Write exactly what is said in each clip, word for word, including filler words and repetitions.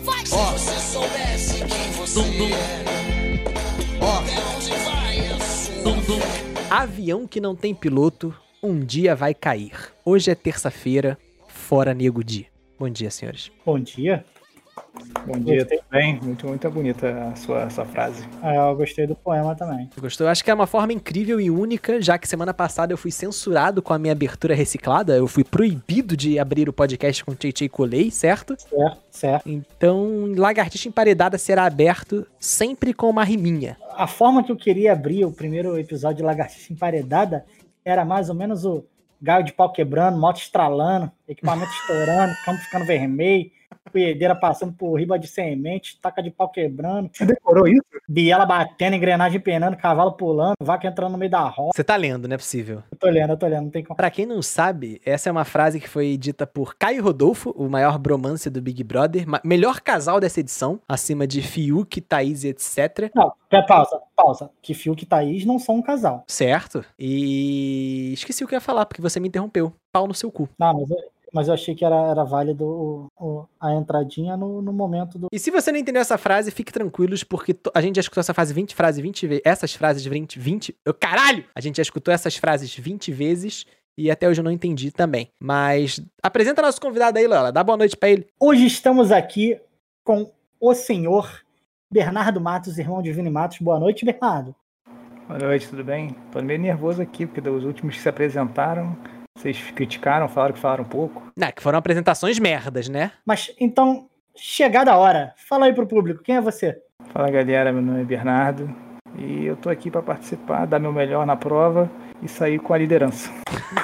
vai. Se oh. você soubesse quem você dum, dum. é, ó, oh. onde vai a sua dum, dum. Avião que não tem piloto, um dia vai cair. Hoje é terça-feira, fora Nego Di. Bom dia, senhores. Bom dia. Bom dia, tudo bem? Muito, muito bonita a sua, a sua frase. É, eu gostei do poema também. Gostou? Eu acho que é uma forma incrível e única, já que semana passada eu fui censurado com a minha abertura reciclada. Eu fui proibido de abrir o podcast com Tchê Tchê Colei, certo? Certo, certo. Então, Lagartixa Emparedada será aberto sempre com uma riminha. A forma que eu queria abrir o primeiro episódio de Lagartixa Emparedada era mais ou menos o galho de pau quebrando, moto estralando, equipamento estourando, campo ficando vermelho, colhedeira passando por riba de semente, taca de pau quebrando. Você decorou isso? Biela batendo, engrenagem penando, cavalo pulando, vaca entrando no meio da roça. Você tá lendo, não é possível. Eu tô lendo, eu tô lendo, não tem como. Pra quem não sabe, essa é uma frase que foi dita por Caio Rodolfo, o maior bromance do Big Brother, melhor casal dessa edição, acima de Fiuk, Thaís e etcétera. Não, pausa, pausa. Que Fiuk e Thaís não são um casal. Certo. E esqueci o que eu ia falar, porque você me interrompeu. Pau no seu cu. Não, mas eu... Mas eu achei que era, era válido o, o, a entradinha no, no momento do... E se você não entendeu essa frase, fique tranquilos, porque to, a gente já escutou essa frase vinte frases, vinte vezes. Essas frases vinte, vinte... Eu, caralho! A gente já escutou essas frases vinte vezes e até hoje eu não entendi também. Mas apresenta nosso convidado aí, Lola. Dá boa noite pra ele. Hoje estamos aqui com o senhor Bernardo Matos, irmão de Vini Matos. Boa noite, Bernardo. Boa noite, tudo bem? Tô meio nervoso aqui, porque dos últimos que se apresentaram... Vocês criticaram, falaram que falaram pouco? Não, que foram apresentações merdas, né? Mas, então, chegada a hora. Fala aí pro público, quem é você? Fala, galera, meu nome é Bernardo. E eu tô aqui pra participar, dar meu melhor na prova e sair com a liderança.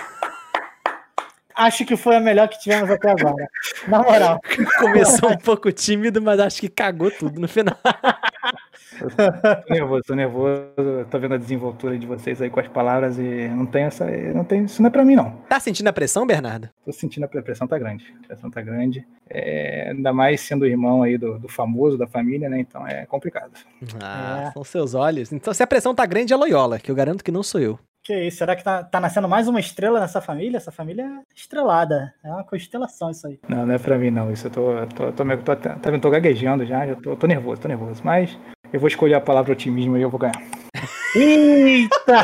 Acho que foi a melhor que tivemos até agora. Na moral. Começou um pouco tímido, mas acho que cagou tudo no final. Tô nervoso, tô nervoso. Tô vendo a desenvoltura de vocês aí com as palavras e não tem essa. Não tem, isso não é pra mim, não. Tá sentindo a pressão, Bernardo? Tô sentindo a pressão, tá grande. A pressão tá grande. É, ainda mais sendo irmão aí do, do famoso, da família, né? Então é complicado. Ah, é. São seus olhos. Então, se a pressão tá grande, é Loyola, que eu garanto que não sou eu. Que isso, será que tá, tá nascendo mais uma estrela nessa família? Essa família é estrelada, é uma constelação isso aí. Não, não é pra mim não, isso eu tô, tô, tô, tô, tô, tô, tô gaguejando já, já tô, tô nervoso, tô nervoso, mas eu vou escolher a palavra otimismo e eu vou ganhar. Eita!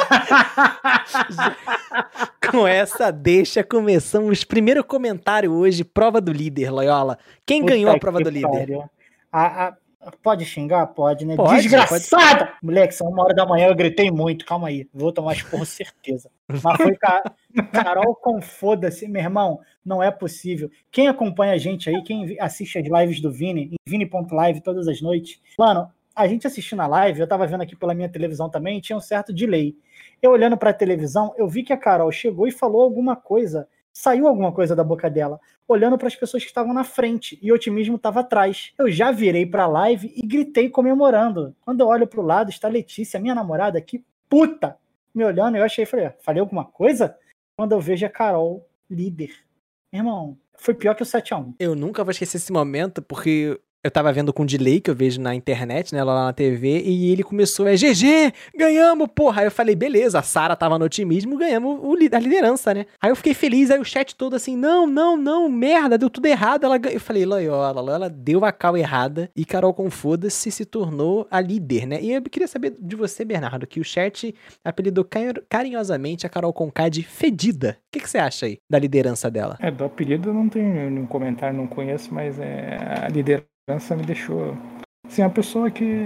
Com essa deixa, começamos. Primeiro comentário hoje, prova do líder, Loyola. Quem Puta ganhou a prova que do líder? pariu. A, a, pode xingar? Pode, né? Pode, Desgraçada! Pode. Moleque, são uma hora da manhã, eu gritei muito, calma aí. Vou tomar esporro, certeza. Mas foi ca... Carol com foda-se, meu irmão, não é possível. Quem acompanha a gente aí, quem assiste as lives do Vini, em vini ponto live todas as noites, mano, a gente assistindo a live, eu tava vendo aqui pela minha televisão também, tinha um certo delay. Eu olhando pra televisão, eu vi que a Carol chegou e falou alguma coisa, saiu alguma coisa da boca dela, olhando para as pessoas que estavam na frente, e o otimismo estava atrás. Eu já virei pra live e gritei comemorando. Quando eu olho pro lado, está a Letícia, minha namorada, que puta, me olhando, eu achei, falei, falei alguma coisa? Quando eu vejo a Carol, líder. Meu irmão, foi pior que o sete a um. Eu nunca vou esquecer esse momento, porque eu tava vendo com delay, que eu vejo na internet, né, lá na T V, e ele começou, é G G, ganhamos, porra. Aí eu falei, beleza, a Sara tava no otimismo, ganhamos o, a liderança, né. Aí eu fiquei feliz, aí o chat todo assim, não, não, não, merda, deu tudo errado. Ela ganhou. Eu falei, Loyola, Loyola deu a cal errada, e Carol com foda-se se tornou a líder, né. E eu queria saber de você, Bernardo, que o chat apelidou carinhosamente a Carol Conká de fedida. O que, que você acha aí da liderança dela? É, do apelido eu não tenho nenhum comentário, não conheço, mas é a liderança me deixou, assim, uma pessoa que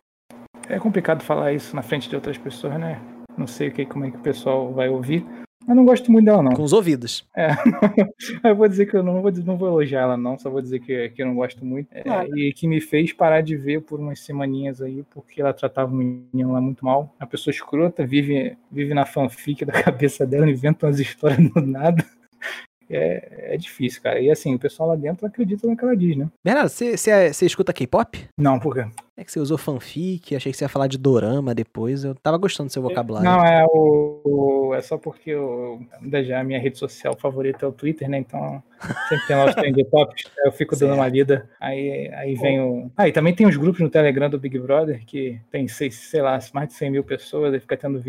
é complicado falar isso na frente de outras pessoas, né? Não sei o que, como é que o pessoal vai ouvir, mas não gosto muito dela, não. Com os ouvidos. É, eu vou dizer que eu não vou, não vou elogiar ela, não, só vou dizer que, que eu não gosto muito, é, ah. E que me fez parar de ver por umas semaninhas aí, porque ela tratava o menino lá muito mal. A pessoa escrota, vive, vive na fanfic da cabeça dela, inventa umas histórias do nada. É, é difícil, cara. E assim, o pessoal lá dentro acredita no que ela diz, né? Bernardo, você, você, você escuta K-pop? Não, por quê? É que você usou fanfic, achei que você ia falar de dorama depois. Eu tava gostando do seu vocabulário. Não, é o, o é só porque eu, já a minha rede social favorita é o Twitter, né? Então sempre tem lá os trend topics, eu fico certo. Dando uma lida. Aí, aí vem o... Ah, e também tem os grupos no Telegram do Big Brother que tem, seis, sei lá, mais de cem mil pessoas, aí fica tendo vídeo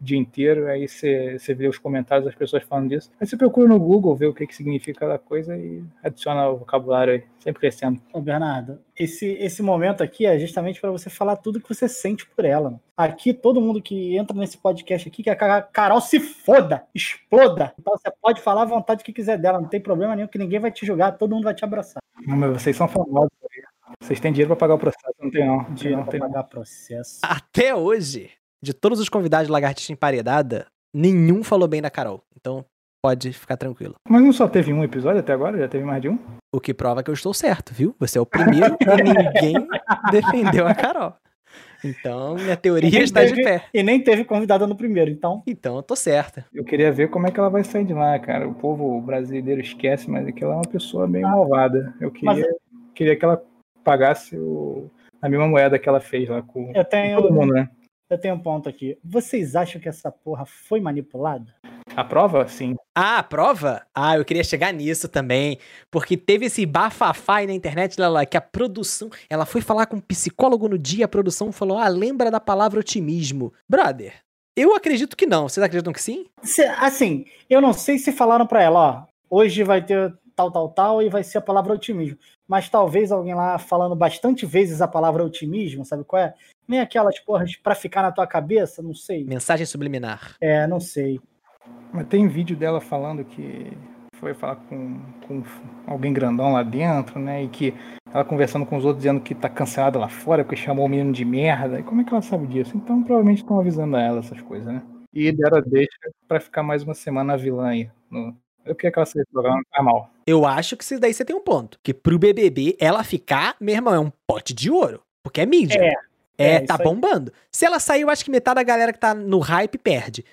o dia inteiro, aí você, você vê os comentários das pessoas falando disso. Aí você procura no Google, vê o que, que significa cada coisa e adiciona o vocabulário aí, sempre crescendo. Ô, Bernardo, esse, esse momento aqui é justamente para você falar tudo que você sente por ela. Mano. Aqui, todo mundo que entra nesse podcast aqui, que a Carol se foda, exploda. Então você pode falar à vontade o que quiser dela, não tem problema nenhum, que ninguém vai te julgar, todo mundo vai te abraçar. Não, mas vocês são famosos aí. Vocês têm dinheiro para pagar o processo, não tem não. Dinheiro não para tem pagar não. processo. Até hoje, de todos os convidados de Lagartixa Emparedada, nenhum falou bem da Carol. Então, pode ficar tranquilo. Mas não só teve um episódio até agora? Já teve mais de um? O que prova que eu estou certo, viu? Você é o primeiro e ninguém defendeu a Carol. Então, minha teoria está teve, de pé. E nem teve convidada no primeiro, então... Então, eu tô certa. Eu queria ver como é que ela vai sair de lá, cara. O povo brasileiro esquece, mas é que ela é uma pessoa meio malvada. Eu queria, mas... queria que ela pagasse o, a mesma moeda que ela fez lá com, eu tenho, com todo mundo, né? Eu tenho um ponto aqui. Vocês acham que essa porra foi manipulada? A prova? Sim. Ah, a prova? Ah, eu queria chegar nisso também. Porque teve esse bafafá aí na internet, Lala, que a produção... Ela foi falar com um psicólogo no dia, a produção falou, ah, lembra da palavra otimismo. Brother, eu acredito que não. Vocês acreditam que sim? Se, assim, eu não sei se falaram pra ela, ó, hoje vai ter tal, tal, tal, e vai ser a palavra otimismo. Mas talvez alguém lá falando bastante vezes a palavra otimismo, sabe qual é? Nem aquelas porras pra ficar na tua cabeça, não sei. Mensagem subliminar. É, não sei. Mas tem vídeo dela falando que foi falar com, com alguém grandão lá dentro, né? E que ela conversando com os outros dizendo que tá cancelada lá fora, porque chamou o menino de merda. E como é que ela sabe disso? Então provavelmente estão avisando a ela essas coisas, né? E deram a deixa pra ficar mais uma semana a vilã aí. No... Eu queria que ela saísse do programa, não tá mal. Eu acho que isso daí você tem um ponto. Que pro B B B, ela ficar, meu irmão, é um pote de ouro. Porque é mídia. É. É, É, tá isso aí. bombando. Se ela sair, eu acho que metade da galera que tá no hype perde.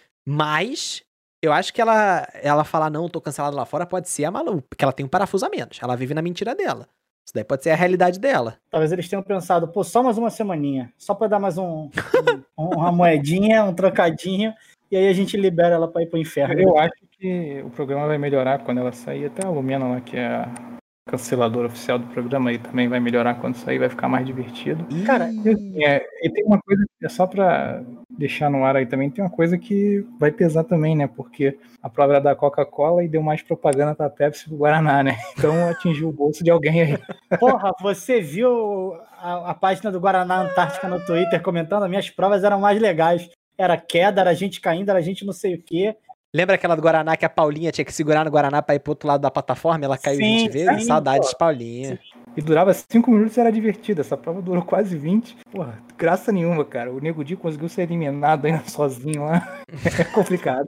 Mas eu acho que ela, ela falar, não, tô cancelada lá fora, pode ser a maluca. Porque ela tem um parafuso a menos. Ela vive na mentira dela. Isso daí pode ser a realidade dela. Talvez eles tenham pensado, pô, só mais uma semaninha. Só pra dar mais um, um uma moedinha, um trocadinho. E aí a gente libera ela pra ir pro inferno. Eu acho que o programa vai melhorar quando ela sair. Até a Lumena lá, que é a canceladora oficial do programa, aí também vai melhorar quando sair, vai ficar mais divertido. Cara, E, assim, é, e tem uma coisa, é só pra deixar no ar aí também, tem uma coisa que vai pesar também, né? Porque a prova era da Coca-Cola e deu mais propaganda pra Pepsi e pro Guaraná, né? Então atingiu o bolso de alguém aí. porra, você viu a, a página do Guaraná Antártica no Twitter comentando? As minhas provas eram mais legais. Era queda, era gente caindo, era gente não sei o quê. Lembra aquela do Guaraná que a Paulinha tinha que segurar no Guaraná pra ir pro outro lado da plataforma? Ela caiu Sim, vinte vezes? sim, Saudades, pô. Paulinha. E durava cinco minutos e era divertida. Essa prova durou quase vinte. Porra, graça nenhuma, cara. O Nego Di conseguiu ser eliminado ainda sozinho lá. É complicado.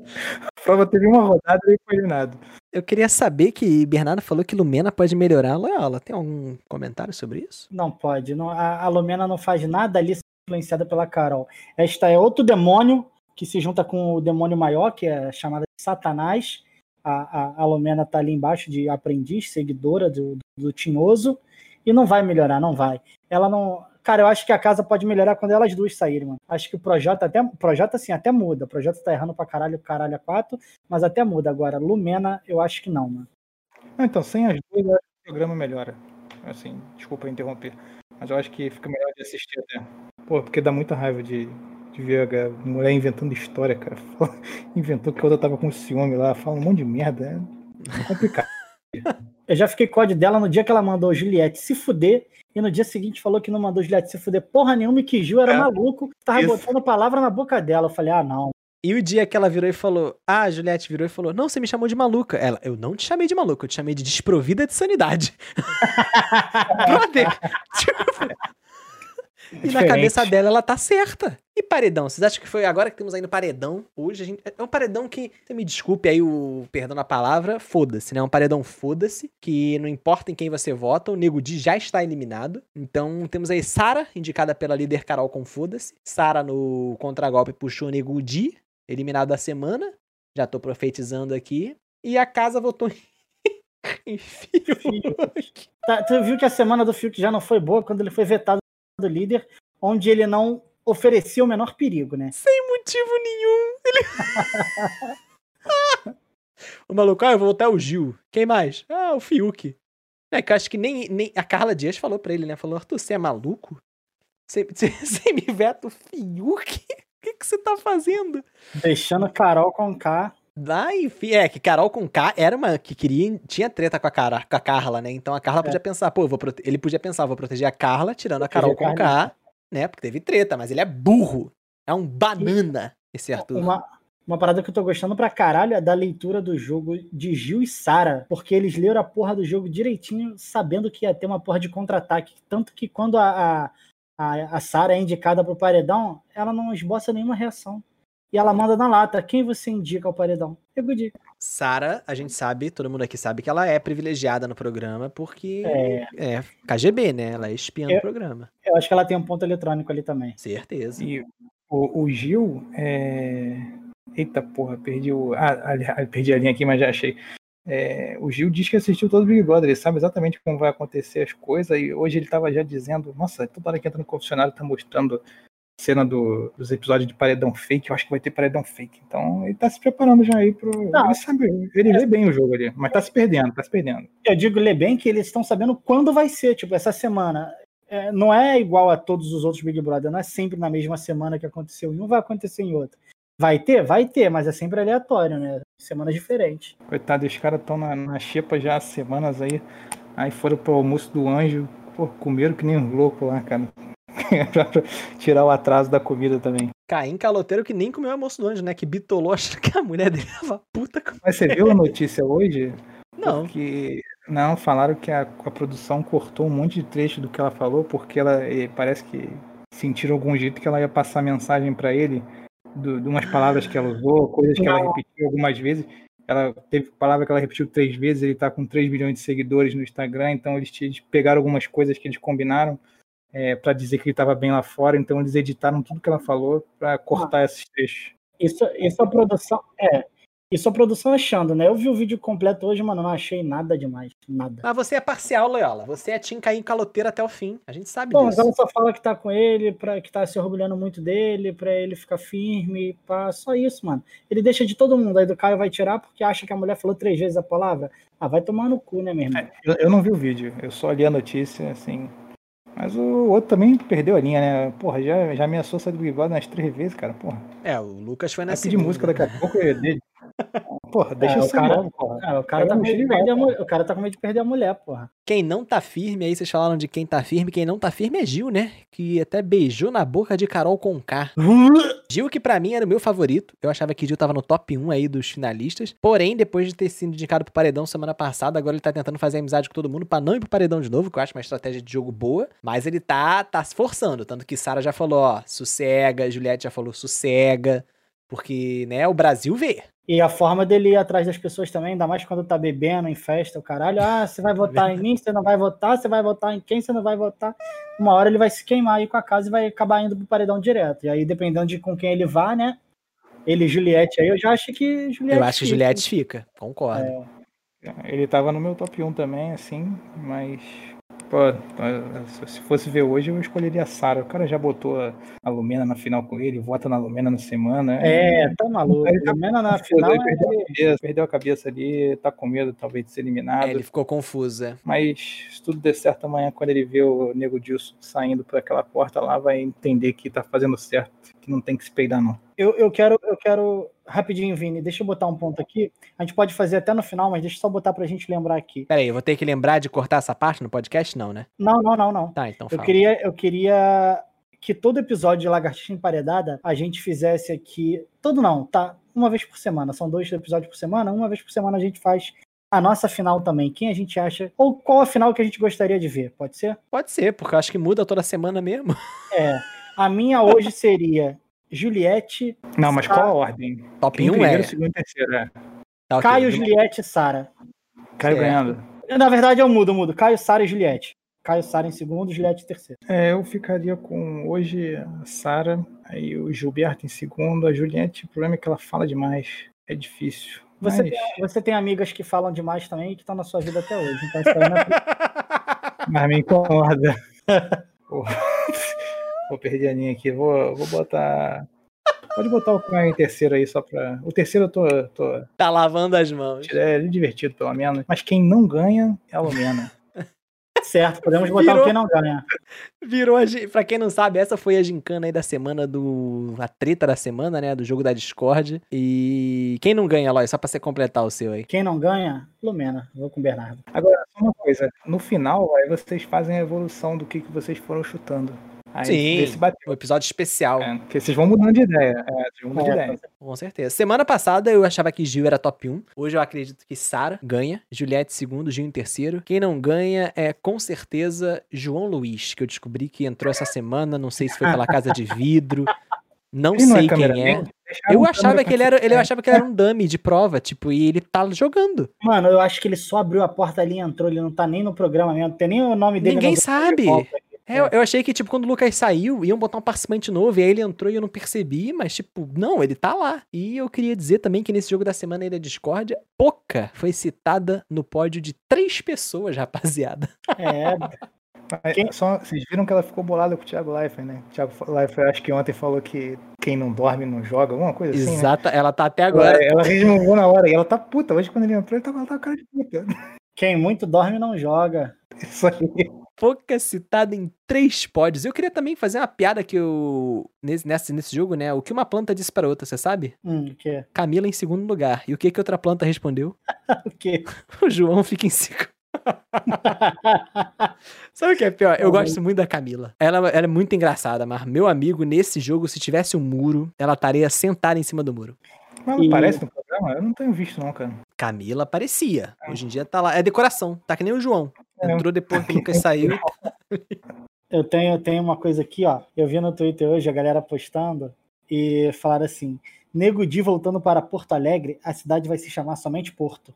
A prova teve uma rodada e foi eliminado. Eu queria saber que Bernardo falou que Lumena pode melhorar. Ela tem algum comentário sobre isso? Não pode. Não, a, a Lumena não faz nada ali influenciada pela Carol. Esta é outro demônio que se junta com o demônio maior, que é chamada de Satanás. A, a, a Lumena tá ali embaixo de aprendiz, seguidora do, do Tinhoso, e não vai melhorar, não vai. Ela não... Cara, eu acho que a casa pode melhorar quando elas duas saírem, mano. Acho que o Projota até... O Projota, assim, até muda. O Projota tá errando pra caralho, caralho a quatro, mas até muda. Agora, Lumena, eu acho que não, mano. Ah, então, sem as duas, eu acho que o programa melhora. Assim, desculpa interromper. Mas eu acho que fica melhor de assistir até. Pô, porque dá muita raiva de... de ver a mulher inventando história, cara. Inventou que a outra tava com ciúme lá, fala um monte de merda. É complicado. Eu já fiquei com ódio dela no dia que ela mandou Juliette se fuder, e no dia seguinte falou que não mandou Juliette se fuder porra nenhuma e que Gil era É, maluco, tava isso. botando palavra na boca dela. Eu falei, ah, não. E o dia que ela virou e falou, ah, a Juliette virou e falou, não, você me chamou de maluca. Ela, eu não te chamei de maluca, eu te chamei de desprovida de sanidade. Brother, tipo... E na diferente. cabeça dela, ela tá certa. E paredão? Vocês acham que foi agora que temos aí no paredão? Hoje a gente... É um paredão que, você me desculpe aí o perdão na palavra, foda-se, né? É um paredão foda-se, que não importa em quem você vota, o Nego Di já está eliminado. Então temos aí Sara, indicada pela líder Carol com foda-se. Sara no contragolpe puxou o Nego Di, eliminado da semana. Já tô profetizando aqui. E a casa votou em Fiuk. Tá, tu viu que a semana do Fiuk já não foi boa quando ele foi vetado do líder, onde ele não oferecia o menor perigo, né? Sem motivo nenhum. Ele... o maluco, ah, eu vou voltar o Gil. Quem mais? Ah, o Fiuk. É que eu acho que nem, nem a Carla Dias falou pra ele, né? Falou, Arthur, você é maluco? Você, você, você me veta o Fiuk? que que você tá fazendo? Deixando Carol com K. Ah, enfim, é que Carol com K era uma que queria, tinha treta com a, cara, com a Carla, né? Então a Carla É. podia pensar, pô, eu vou prote... ele podia pensar, vou proteger a Carla, tirando a Proteger Carol a com K, né? Porque teve treta, mas ele é burro. É um banana, esse Arthur. Uma, uma parada que eu tô gostando pra caralho é da leitura do jogo de Gil e Sara, porque eles leram a porra do jogo direitinho, sabendo que ia ter uma porra de contra-ataque. Tanto que quando a, a, a, a Sara é indicada pro paredão, ela não esboça nenhuma reação. E ela manda na lata, quem você indica ao paredão? Eu Gudi. Sara, a gente sabe, todo mundo aqui sabe que ela é privilegiada no programa, porque É. é K G B, né? Ela é espiã do Eu- programa. Eu acho que ela tem um ponto eletrônico ali também. Certeza. E o, o Gil é. Eita porra, perdi o. Ah, ali- ah, perdi a linha aqui, mas já achei. É, o Gil diz que assistiu todo o Big Brother, ele sabe exatamente como vai acontecer as coisas, e hoje ele tava já dizendo, nossa, toda hora que entra no confessionário tá mostrando cena do- dos episódios de paredão fake, eu acho que vai ter paredão fake. Então ele tá se preparando já aí pro. Não. Ele sabe, ele vê bem o jogo ali, mas tá se perdendo, tá se perdendo. Eu digo lê bem que eles estão sabendo quando vai ser, tipo, essa semana. É, não é igual a todos os outros Big Brother, não é sempre na mesma semana que aconteceu em um, vai acontecer em outro. Vai ter? Vai ter, mas é sempre aleatório, né? Semanas diferentes. Coitado, os caras estão na, na xepa já há semanas aí. Aí foram pro almoço do anjo. Pô, comeram que nem um louco lá, cara. Pra tirar o atraso da comida também. Caim caloteiro que nem comeu o almoço do anjo, né? Que bitolou achando que a mulher dele tava puta com... Mas você viu a notícia hoje? Não. Porque, não, falaram que a, a produção cortou um monte de trecho do que ela falou, porque ela eh, parece que sentiram algum jeito que ela ia passar mensagem pra ele do- de umas palavras que ela usou, coisas que ela Não. repetiu algumas vezes. Ela teve palavra que ela repetiu três vezes, ele tá com três milhões de seguidores no Instagram, então eles, eles pegaram algumas coisas que eles combinaram é, para dizer que ele estava bem lá fora, então eles editaram tudo que ela falou para cortar esses trechos. Isso, isso a produção. É. Isso a produção achando, né? Eu vi o vídeo completo hoje, mano, não achei nada demais. Nada. Mas você é parcial, Loyola. Você é Team Caim caloteiro até o fim. A gente sabe Bom, mas disso. ela só fala que tá com ele, pra, que tá se orgulhando muito dele, pra ele ficar firme, pá, só isso, mano. Ele deixa de todo mundo, aí do Caio vai tirar porque acha que a mulher falou três vezes a palavra. Ah, vai tomar no cu, né, meu irmão? Eu, eu não vi o vídeo, eu só li a notícia, assim. Mas o outro também perdeu a linha, né? Porra, já, já ameaçou sair do Big Brother umas três vezes, cara, porra. É, o Lucas foi na Vai pedir segunda. música daqui a pouco é dele. Porra, deixa É, eu o sair cara- logo, porra. Ah, o, cara Pega tá a com medo de mochila e perder a vai, mulher, o cara tá com medo de perder a mulher, porra. Quem não tá firme, aí vocês falaram de quem tá firme, quem não tá firme é Gil, né? Que até beijou na boca de Carol Conká. Gil, que pra mim era o meu favorito. Eu achava que Gil tava no top um aí dos finalistas. Porém, depois de ter sido indicado pro paredão semana passada, agora ele tá tentando fazer amizade com todo mundo pra não ir pro paredão de novo, que eu acho uma estratégia de jogo boa. Mas ele tá, tá se forçando. Tanto que Sara já falou, ó, sossega. Juliette já falou, sossega. Porque, né, o Brasil vê. E a forma dele ir atrás das pessoas também, ainda mais quando tá bebendo em festa, o caralho. Ah, você vai votar em mim, você não vai votar, você vai votar em quem, você não vai votar. Uma hora ele vai se queimar aí com a casa e vai acabar indo pro paredão direto. E aí, dependendo de com quem ele vá, né? Ele e Juliette aí, eu já acho que Juliette. Eu acho que fica. Juliette fica. Concordo. Ele tava no meu top um também, assim, mas. Pô, se fosse ver hoje, eu escolheria a Sara. O cara já botou a, a Lumena na final com ele, vota na Lumena na semana. É, tá maluco. Ele tá Lumena na confuso, final ele perdeu, é... a cabeça, perdeu a cabeça ali, tá com medo talvez de ser eliminado. É, ele ficou confuso, é. Mas se tudo der certo amanhã, quando ele vê o Nego Dilson saindo por aquela porta lá, vai entender que tá fazendo certo, que não tem que se peidar, não. Eu, eu quero, eu quero, rapidinho, Vini, deixa eu botar um ponto aqui. A gente pode fazer até no final, mas deixa eu só botar pra gente lembrar aqui. Pera aí, eu vou ter que lembrar de cortar essa parte no podcast? Não, né? Não, não, não, não. Tá, então Eu fala. queria, eu queria que todo episódio de Lagartixa Emparedada a gente fizesse aqui. Todo não, tá? Uma vez por semana. São dois episódios por semana. Uma vez por semana a gente faz a nossa final também. Quem a gente acha. Ou qual a final que a gente gostaria de ver? Pode ser? Pode ser, porque eu acho que muda toda semana mesmo. É. A minha hoje seria Juliette. Não, mas Sara, qual a ordem? Top Quem um primeiro, é. segundo e terceiro, é. Tá, ok. Caio, Juliette e Sara. Caio Certo. ganhando. Na verdade, eu mudo, eu mudo. Caio, Sara e Juliette. Caio, Sara em segundo, Juliette em terceiro. É, eu ficaria com hoje a Sara, aí o Gilberto em segundo, a Juliette, o problema é que ela fala demais, é difícil. Você, Mas tem, você tem amigas que falam demais também e que estão na sua vida até hoje. Então isso aí não é... mas me incomoda. Pô, vou perder a linha aqui, vou, vou botar... Pode botar o Caio em terceiro aí, só pra... O terceiro eu tô... tô... Tá lavando as mãos. É divertido, pelo menos. Mas quem não ganha é a Lumena. Certo, podemos botar Virou. o quem não ganha. Virou a, gi- pra quem não sabe, essa foi a gincana aí da semana do... A treta da semana, né? Do jogo da Discord. E quem não ganha, Lois? Só pra você completar o seu aí. Quem não ganha, Lumena. Vou com o Bernardo. Agora, só uma coisa. No final, aí vocês fazem a evolução do que, que vocês foram chutando. Aí vê se Sim, bateu. um episódio especial. É, porque vocês vão mudando de ideia. É, vocês vão mudando de É, ideia. Com certeza. Semana passada eu achava que Gil era top um. Hoje eu acredito que Sara ganha. Juliette segundo, Gil em terceiro. Quem não ganha é com certeza João Luiz, que eu descobri que entrou essa semana. Não sei se foi pela Casa de Vidro. Não Ele não sei é câmera quem é. lenta? Deixaram Eu a achava câmera que ele era, ele, eu achava que ele era um dummy de prova, tipo, e ele tá jogando. Mano, eu acho que ele só abriu a porta ali e entrou. Ele não tá nem no programa mesmo. Não tem nem o nome dele. Ninguém no- sabe. Volta. É, eu, eu achei que, tipo, quando o Lucas saiu, iam botar um participante novo, e aí ele entrou e eu não percebi, mas, tipo, não, ele tá lá. E eu queria dizer também que nesse jogo da semana aí da Discord, Poca foi citada no pódio de três pessoas, rapaziada. É, Mas Quem- Só, vocês viram que ela ficou bolada com o Thiago Leifert, né? O Thiago Leifert, acho que ontem falou que quem não dorme não joga, alguma coisa assim, né? Exata, ela tá até agora. Ela, ela resmungou na hora e ela tá puta. Hoje, quando ele entrou, ele tava, ela tava com cara de puta. quem muito dorme não joga. Isso aí. Poca citada em três pódios. Eu queria também fazer uma piada que eu. Nesse, nesse, nesse jogo, né? O que uma planta disse para outra, você sabe? Hum, o quê? Camila em segundo lugar. E o que que outra planta respondeu? O quê? O João fica em segundo. Sabe o que é pior? Eu gosto muito da Camila. Ela, ela é muito engraçada, mas meu amigo, nesse jogo, se tivesse um muro, ela estaria sentada em cima do muro. Mas não E- parece no programa? Eu não tenho visto, não, cara. Camila parecia. Hoje em dia tá lá. É decoração. Tá que nem o João. É. Entrou depois que o Lucas saiu. Eu tenho, eu tenho uma coisa aqui, ó. Eu vi no Twitter hoje a galera postando e falaram assim: Nego Di voltando para Porto Alegre, a cidade vai se chamar somente Porto.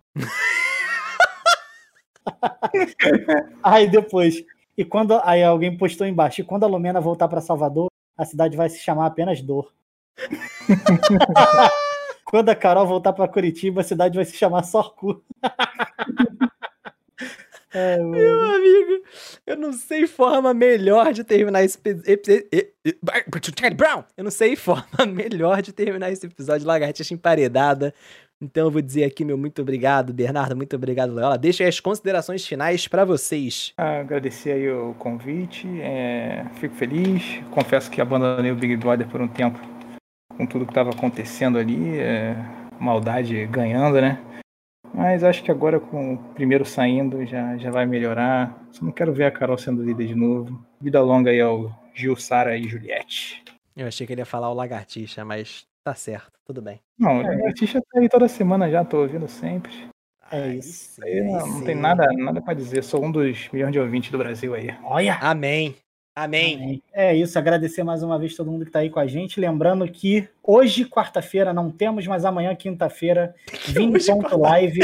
Aí depois, e quando aí alguém postou embaixo, e quando a Lumena voltar para Salvador, a cidade vai se chamar apenas Dor. Quando a Carol voltar para Curitiba, a cidade vai se chamar só Cu. É, mano. Meu amigo, eu não sei forma melhor de terminar esse episódio. Brown! Eu não sei forma melhor de terminar esse episódio de Lagartixa Emparedada. Então eu vou dizer aqui meu muito obrigado, Bernardo, muito obrigado, Loyola. Deixa aí as considerações finais pra vocês. Agradecer aí o convite, é, fico feliz. Confesso que abandonei o Big Brother por um tempo com tudo que estava acontecendo ali, é, maldade ganhando, né? Mas acho que agora com o primeiro saindo já, já vai melhorar. Só não quero ver a Carol sendo líder de novo. Vida longa aí ao Gil, Sara e Juliette. Eu achei que ele ia falar o Lagartixa, mas tá certo, tudo bem. Não, a Tisha tá aí toda semana já, tô ouvindo sempre. É isso. Aí não, não tem nada, nada pra dizer, sou um dos milhões de ouvintes do Brasil aí. Olha! Amém. Amém. É isso, agradecer mais uma vez todo mundo que tá aí com a gente. Lembrando que hoje, quarta-feira, não temos, mas amanhã, quinta-feira, vinte.live.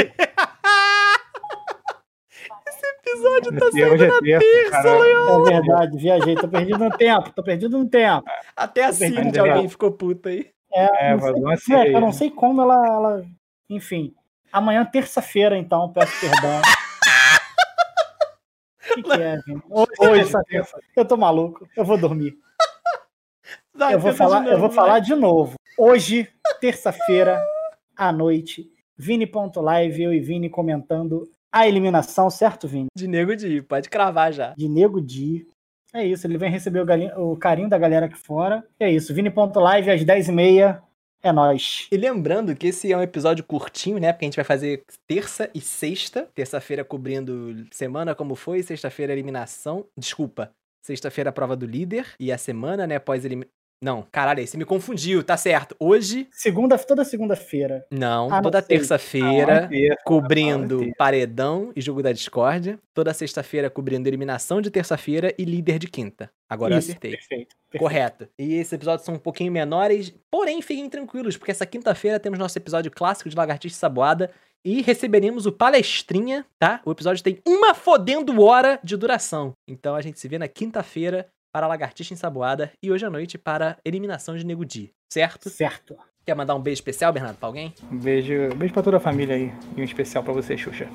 Esse episódio tá E saindo hoje é na terça, terça, cara. Loyola. É verdade, viajei. Tô perdido no tempo, tô perdido no tempo. Até a Tô perdido Cine no de alguém tempo. ficou puta aí. É, É, não sei, vazou uma é, sereia. eu não sei como ela, ela. Enfim, amanhã, terça-feira, então, peço perdão. O que, que é, gente? Hoje, Hoje, terça-feira. Eu tô maluco, eu vou dormir. Vai, Eu vou tenta falar, de eu novo, vou vai. falar de novo. Hoje, terça-feira, à noite, Vini.live, eu e Vini comentando a eliminação, certo, Vini? De Nego Di, pode cravar já. De Nego Di. É isso, ele vem receber o, galinho- o carinho da galera aqui fora. É isso, Vini.live às dez e meia. É nóis. E lembrando que esse é um episódio curtinho, né? Porque a gente vai fazer terça e sexta. Terça-feira cobrindo semana como foi, sexta-feira eliminação. Desculpa. Sexta-feira a prova do líder. E a semana, né, pós eliminação. Não, caralho, aí você me confundiu, tá certo. Hoje, Segunda, toda segunda-feira. não, Ah, não toda sei. terça-feira, Ah, terça, cobrindo ah, terça. paredão e jogo da discórdia. Toda sexta-feira cobrindo eliminação de terça-feira e líder de quinta. Agora Isso, eu acertei. Perfeito. perfeito. Correto. E esses episódios são um pouquinho menores, porém fiquem tranquilos, porque essa quinta-feira temos nosso episódio clássico de Lagartixa Saboada e receberemos o Palestrinha, tá? O episódio tem uma fodendo hora de duração. Então a gente se vê na quinta-feira para Lagartixa Ensaboada e hoje à noite para eliminação de Nego Di, certo? Certo. Quer mandar um beijo especial, Bernardo, pra alguém? Um beijo, beijo pra toda a família aí. E um especial pra você, Xuxa.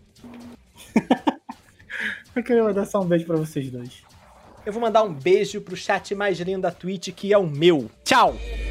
Eu queria mandar só um beijo pra vocês dois. Eu vou mandar um beijo pro chat mais lindo da Twitch, que é o meu. Tchau!